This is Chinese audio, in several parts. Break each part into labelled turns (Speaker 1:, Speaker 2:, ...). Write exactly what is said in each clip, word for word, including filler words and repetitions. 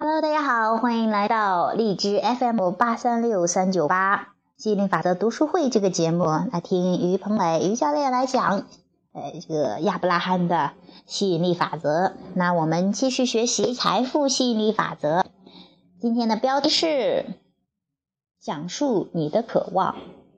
Speaker 1: Hello， 大家好，欢迎来到荔枝 F M 八三六三九八吸引力法则读书会这个节目，来听于鹏磊于教练来讲，呃，这个亚伯拉罕的吸引力法则。那我们继续学习财富吸引力法则。今天的标题是讲述你的渴望。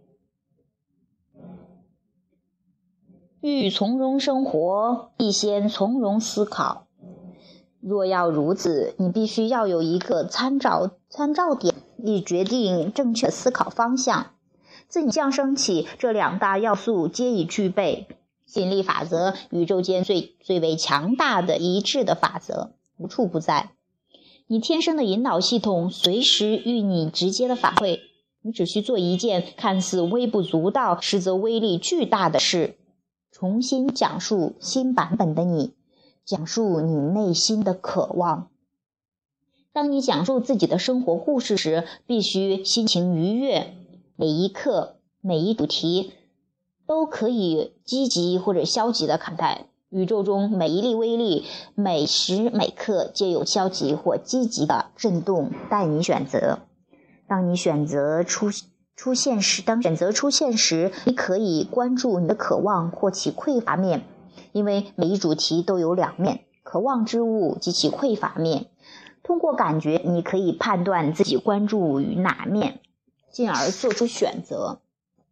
Speaker 1: 欲从容生活，必先从容思考。若要如此，你必须要有一个参照参照点，以决定正确思考方向。自你降生起，这两大要素皆已具备。吸引力法则，宇宙间最最为强大的一致的法则，无处不在。你天生的引导系统随时与你直接的反馈，你只需做一件看似微不足道，实则威力巨大的事，重新讲述新版本的你。讲述你内心的渴望。当你讲述自己的生活故事时，必须心情愉悦，每一刻每一主题都可以积极或者消极的看待。宇宙中每一粒微粒，每时每刻皆有消极或积极的震动待你选择。当你选择出出现时当选择出现时，你可以关注你的渴望或其匮乏面，因为每一主题都有两面，渴望之物及其匮乏面。通过感觉，你可以判断自己关注于哪面，进而做出选择。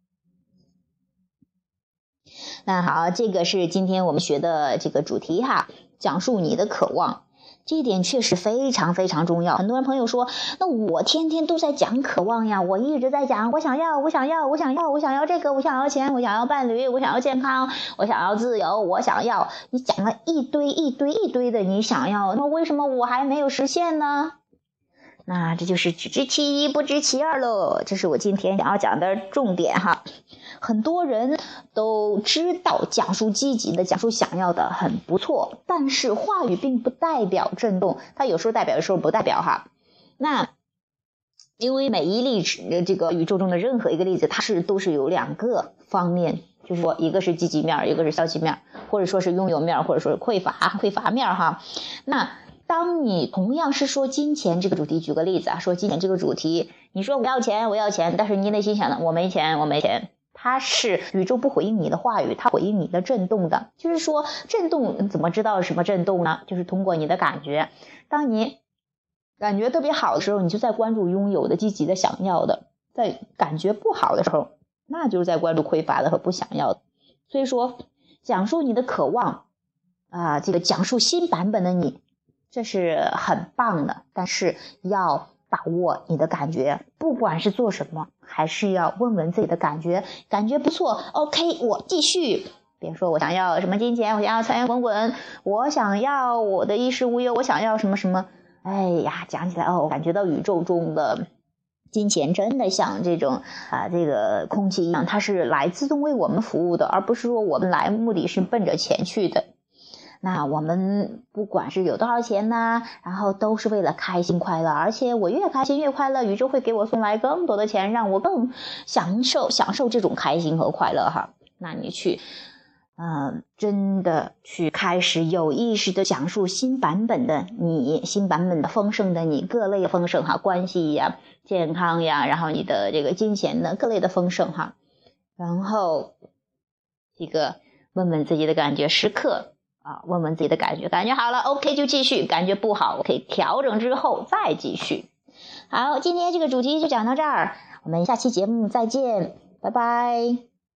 Speaker 1: 那好，这个是今天我们学的这个主题哈，讲述你的渴望。这一点确实非常非常重要。很多人朋友说，那我天天都在讲渴望呀，我一直在讲我想要我想要我想要我想要这个，我想要钱，我想要伴侣，我想要健康，我想要自由，我想要，你讲了一堆一堆一堆的你想要，那为什么我还没有实现呢？那这就是只知其一不知其二咯，这是我今天想要讲的重点哈。很多人都知道讲述积极的，讲述想要的很不错，但是话语并不代表震动，它有时候代表，有时候不代表哈。那因为每一粒这个宇宙中的任何一个粒子，它是都是有两个方面，就是说一个是积极面，一个是消极面，或者说是拥有面，或者说是匮乏匮乏面哈。那当你同样是说金钱这个主题，举个例子啊，说金钱这个主题，你说我要钱我要钱，但是你内心想的我没钱我没钱，它是宇宙不回应你的话语，它回应你的震动的。就是说震动怎么知道什么震动呢？就是通过你的感觉。当你感觉特别好的时候，你就在关注拥有的积极的想要的，在感觉不好的时候，那就是在关注匮乏的和不想要的。所以说讲述你的渴望啊、呃，这个讲述新版本的你，这是很棒的，但是要把握你的感觉，不管是做什么，还是要问问自己的感觉，感觉不错 OK 我继续。比如说我想要什么金钱，我想要财源滚滚，我想要我的衣食无忧，我想要什么什么，哎呀讲起来哦，感觉到宇宙中的金钱真的像这种啊这个空气一样，它是来自动为我们服务的，而不是说我们来目的是奔着钱去的。那我们不管是有多少钱呢，然后都是为了开心快乐，而且我越开心越快乐，宇宙会给我送来更多的钱，让我更享受享受这种开心和快乐哈。那你去呃，真的去开始有意识的讲述新版本的你，新版本的丰盛的你，各类丰盛哈，关系呀健康呀，然后你的这个金钱的各类的丰盛哈。然后这个问问自己的感觉，时刻啊，问问自己的感觉，感觉好了 OK 就继续，感觉不好我可以调整之后再继续。好，今天这个主题就讲到这儿，我们下期节目再见，拜拜。